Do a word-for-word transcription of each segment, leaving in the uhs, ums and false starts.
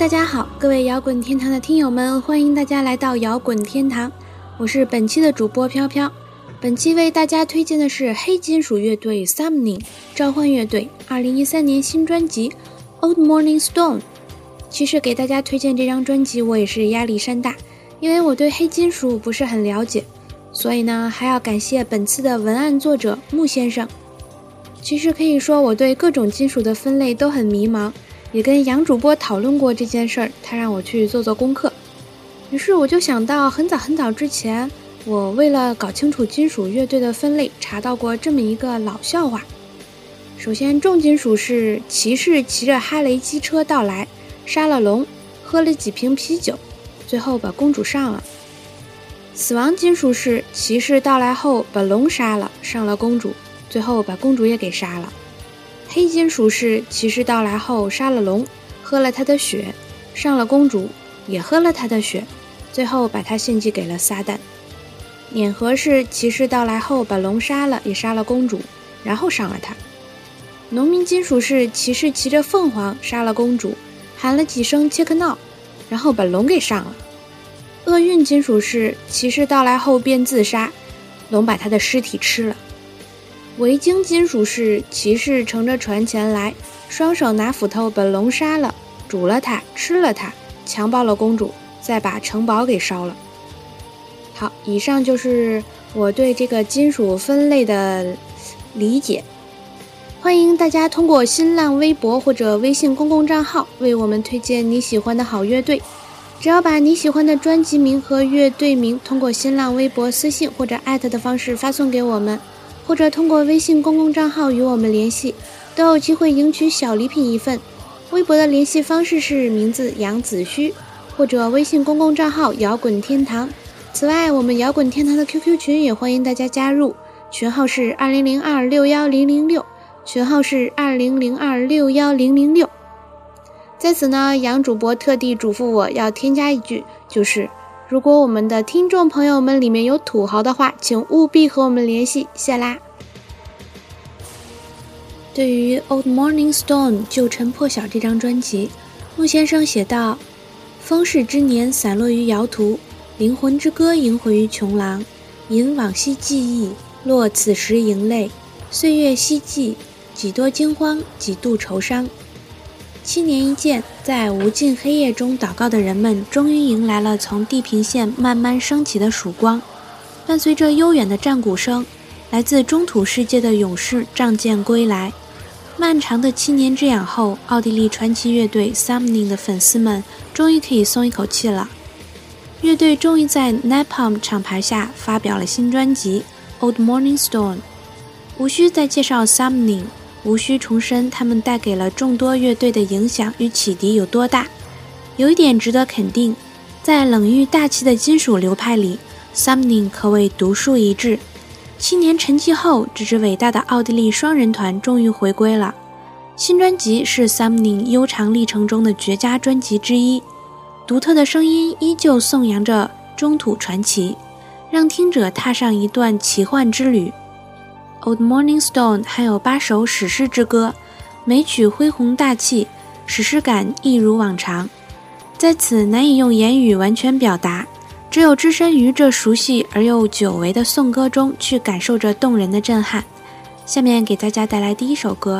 大家好，各位摇滚天堂的听友们，欢迎大家来到摇滚天堂，我是本期的主播飘飘。本期为大家推荐的是黑金属乐队 Summoning 召唤乐队二零一三年新专辑 Old Morning Stone。 其实给大家推荐这张专辑我也是压力山大，因为我对黑金属不是很了解，所以呢还要感谢本次的文案作者木先生。其实可以说我对各种金属的分类都很迷茫，也跟杨主播讨论过这件事儿，他让我去做做功课。于是我就想到很早很早之前，我为了搞清楚金属乐队的分类，查到过这么一个老笑话。首先，重金属是骑士骑着哈雷机车到来，杀了龙，喝了几瓶啤酒，最后把公主上了。死亡金属是骑士到来后把龙杀了，上了公主，最后把公主也给杀了。黑金属是骑士到来后杀了龙，喝了他的血，上了公主，也喝了他的血，最后把他献祭给了撒旦。碾核是骑士到来后把龙杀了，也杀了公主，然后上了他。农民金属是骑士骑着凤凰杀了公主，喊了几声切克闹，然后把龙给上了。厄运金属是骑士到来后便自杀，龙把他的尸体吃了。维京金属是骑士乘着船前来，双手拿斧头把龙杀了，煮了它，吃了它，强暴了公主，再把城堡给烧了。好，以上就是我对这个金属分类的理解。欢迎大家通过新浪微博或者微信公共账号为我们推荐你喜欢的好乐队，只要把你喜欢的专辑名和乐队名通过新浪微博私信或者艾特的方式发送给我们，或者通过微信公共账号与我们联系，都有机会赢取小礼品一份。微博的联系方式是名字杨子虚，或者微信公共账号摇滚天堂。此外，我们摇滚天堂的 Q Q 群也欢迎大家加入，群号是二零零二六一零零六，群号是二零零二六一零零六。在此呢，杨主播特地嘱咐我要添加一句，就是如果我们的听众朋友们里面有土豪的话，请务必和我们联系，谢啦。对于 Old Morning Stone 旧尘破晓这张专辑，木先生写道：风逝之年散落于瑶图，灵魂之歌萦回于穷廊，吟往昔记忆，落此时盈泪，岁月希冀，几多惊慌，几度愁伤。七年一见，在无尽黑夜中祷告的人们终于迎来了从地平线慢慢升起的曙光，伴随着悠远的战鼓声，来自中土世界的勇士仗剑归来。漫长的七年之痒后，奥地利传奇乐队 Summoning 的粉丝们终于可以松一口气了。乐队终于在 Napalm 厂牌下发表了新专辑 Old Morning Stone。 无需再介绍 Summoning， 无需重申他们带给了众多乐队的影响与启迪有多大。有一点值得肯定，在冷遇大气的金属流派里， Summoning 可谓独树一帜。七年沉寂后，这支伟大的奥地利双人团终于回归了。新专辑是 Summoning 悠长历程中的绝佳专辑之一，独特的声音依旧颂扬着中土传奇，让听者踏上一段奇幻之旅。 Old Morning Stone 还有八首史诗之歌，每曲恢宏大气，史诗感一如往常，在此难以用言语完全表达，只有置身于这熟悉而又久违的颂歌中去感受着动人的震撼。下面给大家带来第一首歌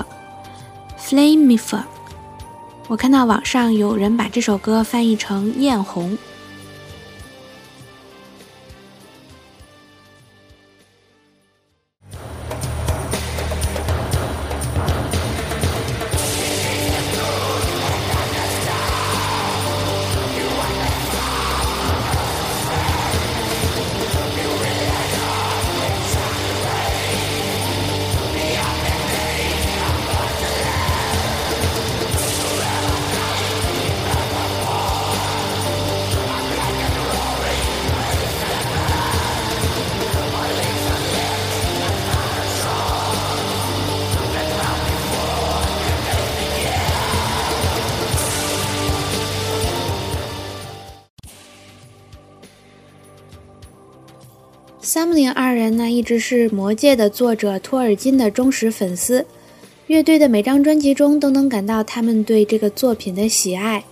Flammifer。 我看到网上有人把这首歌翻译成艳红。Summoning 二人呢，一直是魔戒的作者托尔金的忠实粉丝，乐队的每张专辑中都能感到他们对这个作品的喜爱。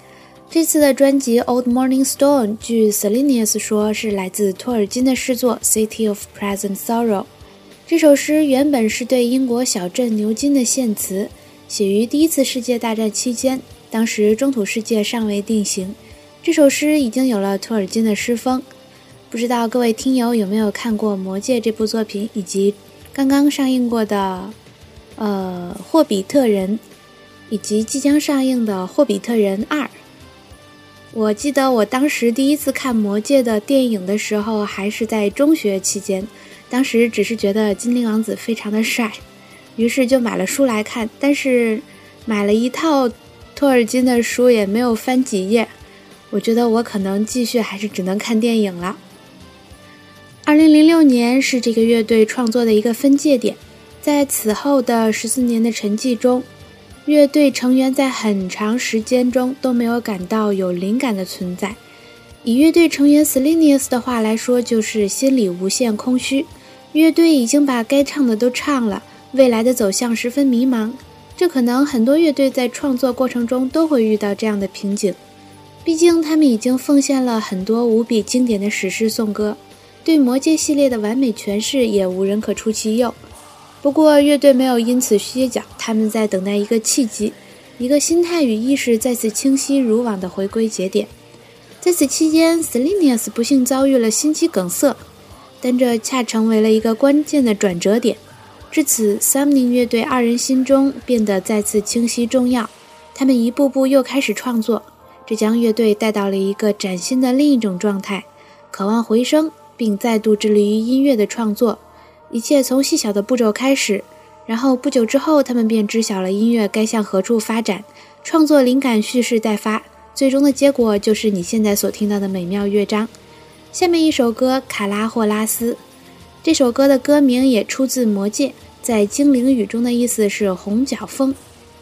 这次的专辑 Old Morning Stone 据 Selenius 说是来自托尔金的诗作 City of Present Sorrow。 这首诗原本是对英国小镇牛津的献词，写于第一次世界大战期间，当时中土世界尚未定型，这首诗已经有了托尔金的诗风。不知道各位听友有没有看过《魔戒》这部作品，以及刚刚上映过的呃《霍比特人》，以及即将上映的《霍比特人二》。我记得我当时第一次看《魔戒》的电影的时候还是在中学期间，当时只是觉得精灵王子非常的帅，于是就买了书来看，但是买了一套托尔金的书也没有翻几页，我觉得我可能继续还是只能看电影了。二零零六年是这个乐队创作的一个分界点，在此后的十四年的沉寂中，乐队成员在很长时间中都没有感到有灵感的存在。以乐队成员 Selenius 的话来说，就是心里无限空虚，乐队已经把该唱的都唱了，未来的走向十分迷茫。这可能很多乐队在创作过程中都会遇到这样的瓶颈，毕竟他们已经奉献了很多无比经典的史诗颂歌，对魔戒系列的完美诠释也无人可出其右。不过乐队没有因此歇脚，他们在等待一个契机，一个心态与意识再次清晰如往的回归节点。在此期间 Selenius 不幸遭遇了心肌梗塞，但这恰成为了一个关键的转折点。至此 Summoning 乐队二人心中变得再次清晰重要，他们一步步又开始创作，这将乐队带到了一个崭新的另一种状态，渴望回声，并再度致力于音乐的创作。一切从细小的步骤开始，然后不久之后他们便知晓了音乐该向何处发展，创作灵感蓄势待发，最终的结果就是你现在所听到的美妙乐章。下面一首歌《卡拉霍拉斯》，这首歌的歌名也出自魔戒，在精灵语中的意思是红角蜂。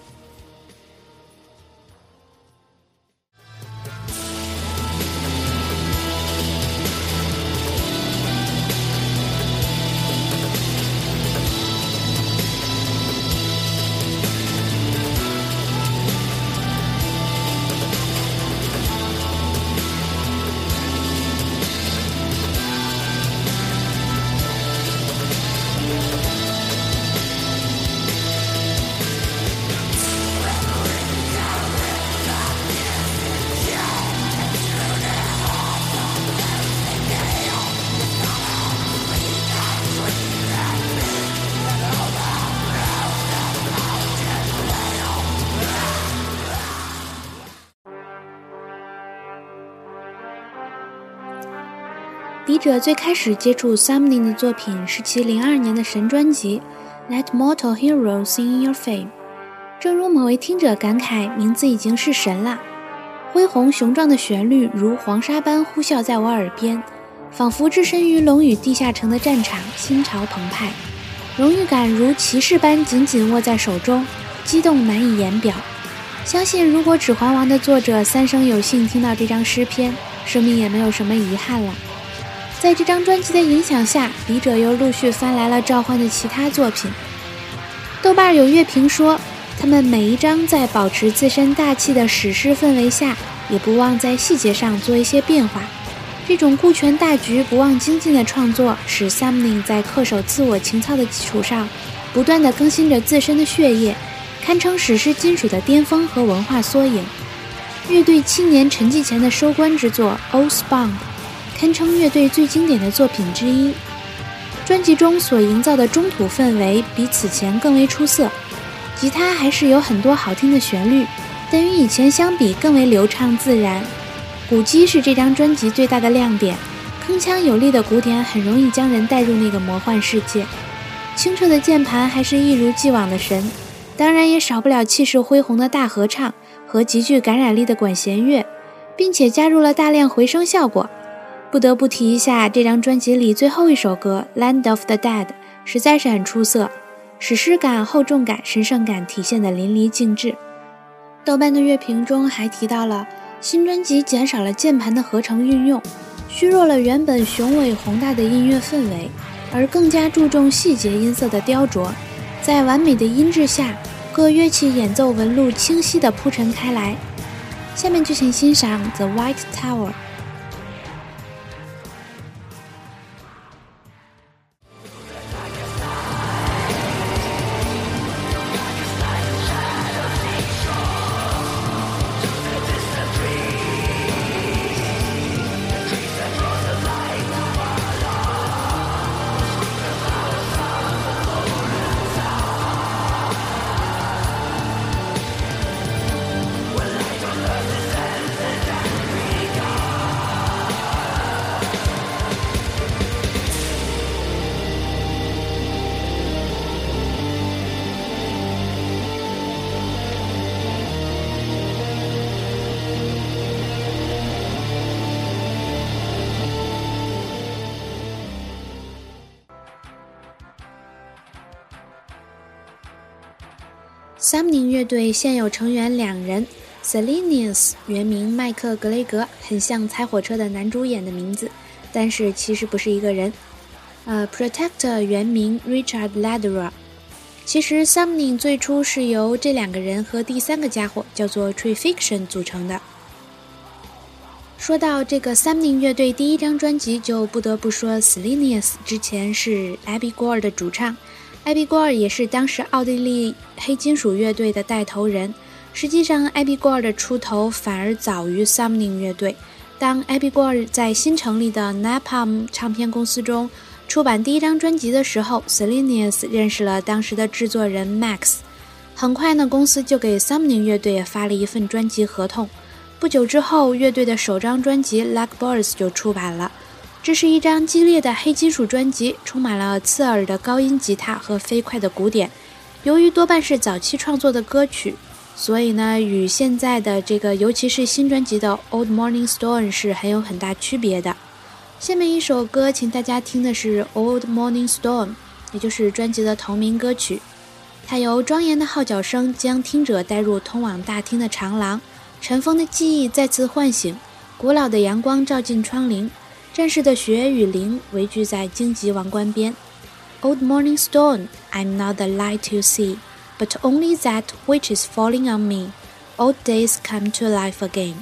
笔者最开始接触 Summoning 的作品是其零二年的神专辑 Let Mortal Heroes Sing in Your Fame。 正如某位听者感慨，名字已经是神了，恢宏雄壮的旋律如黄沙般呼啸在我耳边，仿佛置身于龙与地下城的战场，心潮澎湃，荣誉感如骑士般紧紧握在手中，激动难以言表。相信如果《指环王》的作者三生有幸听到这张诗篇，生命也没有什么遗憾了。在这张专辑的影响下，笔者又陆续翻来了召唤的其他作品。豆瓣有乐评说，他们每一张在保持自身大气的史诗氛围下，也不忘在细节上做一些变化。这种顾全大局、不忘精进的创作，使 Summoning 在恪守自我情操的基础上，不断地更新着自身的血液，堪称史诗金属的巅峰和文化缩影。乐队七年沉寂前的收官之作 Oathbound堪称乐队最经典的作品之一。专辑中所营造的中土氛围比此前更为出色，吉他还是有很多好听的旋律，但与以前相比更为流畅自然。鼓机是这张专辑最大的亮点，铿锵有力的鼓点很容易将人带入那个魔幻世界。清澈的键盘还是一如既往的神，当然也少不了气势恢宏的大合唱和极具感染力的管弦乐，并且加入了大量回声效果。不得不提一下这张专辑里最后一首歌 Land of the Dead 实在是很出色，史诗感、厚重感、神圣感体现得淋漓尽致。豆瓣的乐评中还提到了新专辑减少了键盘的合成运用，削弱了原本雄伟宏大的音乐氛围，而更加注重细节音色的雕琢。在完美的音质下，各乐器演奏纹路清晰地铺陈开来。 下面就请欣赏 The White Tower。Summoning 乐队现有成员两人 Selenius 原名麦克格雷格，很像猜火车的男主演的名字，但是其实不是一个人。呃 Protector 原名 Richard Lederer。 其实 Summoning 最初是由这两个人和第三个家伙叫做 Treefiction 组成的。说到这个 Summoning 乐队第一张专辑，就不得不说 Selenius 之前是 Abbey Gore 的主唱，艾比·郭尔也是当时奥地利黑金属乐队的带头人。实际上，艾比·郭尔的出头反而早于 Summoning 乐队。当艾比·郭尔在新成立的 Napalm 唱片公司中出版第一张专辑的时候 ，Selenius 认识了当时的制作人 Max。很快呢，公司就给 Summoning 乐队发了一份专辑合同。不久之后，乐队的首张专辑《Like Birds》就出版了。这是一张激烈的黑金属专辑，充满了刺耳的高音吉他和飞快的鼓点。由于多半是早期创作的歌曲，所以呢，与现在的这个尤其是新专辑的 Old Morning Stone 是很有很大区别的。下面一首歌请大家听的是 Old Morning Stone， 也就是专辑的同名歌曲。它由庄严的号角声将听者带入通往大厅的长廊，尘封的记忆再次唤醒，古老的阳光照进窗棂，战士的血与灵围聚在荆棘王冠边。 Old morning stone, I'm not the light you see, but only that which is falling on me. Old days come to life again.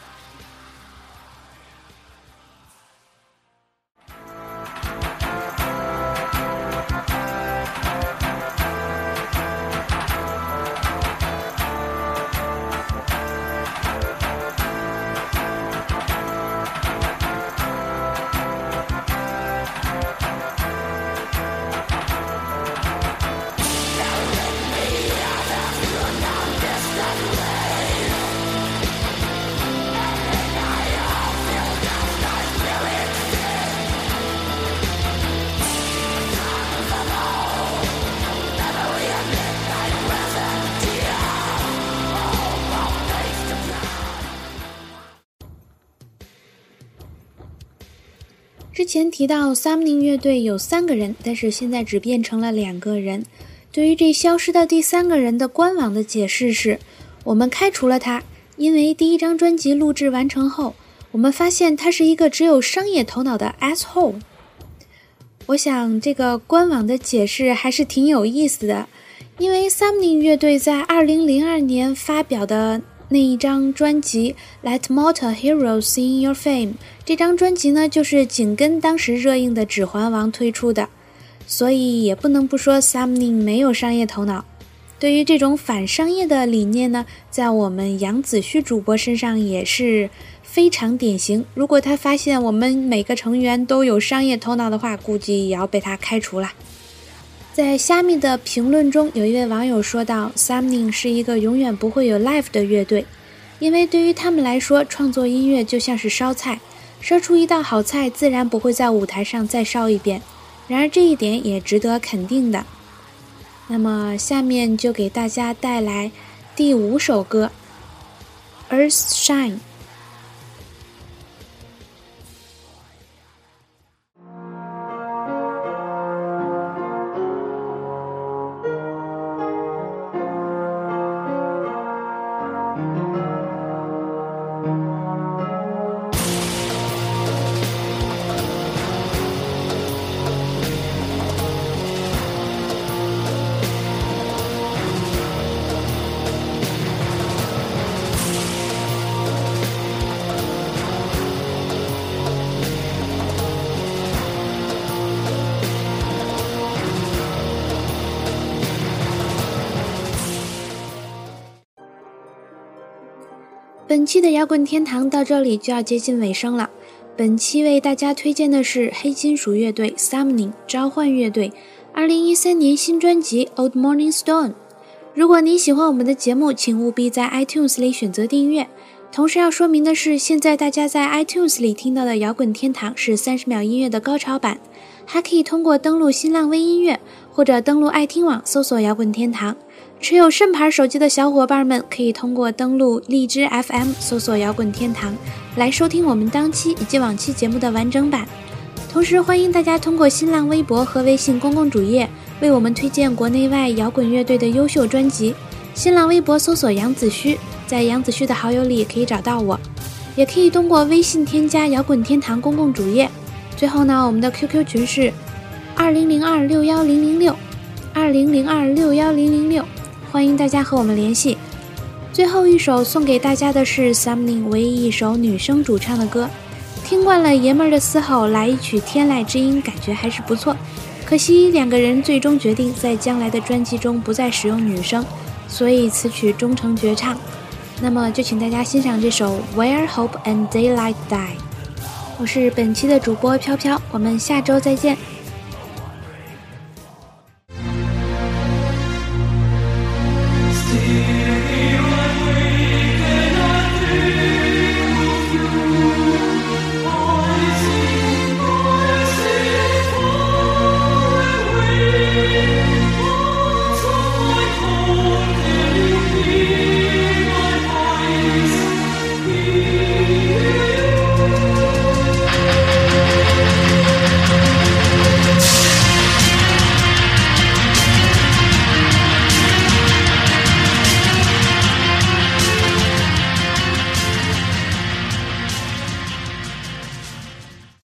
之前提到 Summoning 乐队有三个人，但是现在只变成了两个人。对于这消失的第三个人的官网的解释是，我们开除了他，因为第一张专辑录制完成后，我们发现他是一个只有商业头脑的 asshole。 我想这个官网的解释还是挺有意思的，因为 Summoning 乐队在二零零二年发表的那一张专辑 Let Mortal Heroes Sing Your Fame， 这张专辑呢就是紧跟当时热映的指环王推出的，所以也不能不说 Summoning 没有商业头脑。对于这种反商业的理念呢，在我们杨子旭主播身上也是非常典型。如果他发现我们每个成员都有商业头脑的话，估计也要被他开除了。在虾米的评论中，有一位网友说到 Summoning 是一个永远不会有 live 的乐队，因为对于他们来说，创作音乐就像是烧菜，烧出一道好菜自然不会在舞台上再烧一遍，然而这一点也值得肯定的。那么下面就给大家带来第五首歌 Earth Shine。 本期的摇滚天堂到这里就要接近尾声了。本期为大家推荐的是黑金属乐队 Summoning 召唤乐队二零一三年新专辑 Old Morning Stone。如果你喜欢我们的节目，请务必在 iTunes 里选择订阅。同时要说明的是，现在大家在 iTunes 里听到的摇滚天堂是三十秒音乐的高潮版，还可以通过登录新浪微音乐或者登录爱听网搜索摇滚天堂。持有盛牌手机的小伙伴们可以通过登录荔枝 F M 搜索摇滚天堂来收听我们当期以及往期节目的完整版。同时欢迎大家通过新浪微博和微信公共主页为我们推荐国内外摇滚乐队的优秀专辑。新浪微博搜索杨子虚，在杨子虚的好友里可以找到我，也可以通过微信添加摇滚天堂公共主页。最后呢，我们的 Q Q 群是二零零二六一零零六 二零零二六一零零六，欢迎大家和我们联系。最后一首送给大家的是 Summoning 唯一一首女生主唱的歌，听惯了爷们儿的嘶吼，来一曲天籁之音，感觉还是不错。可惜两个人最终决定在将来的专辑中不再使用女声，所以此曲终成绝唱。那么就请大家欣赏这首 Where Hope and Daylight Die。我是本期的主播飘飘，我们下周再见。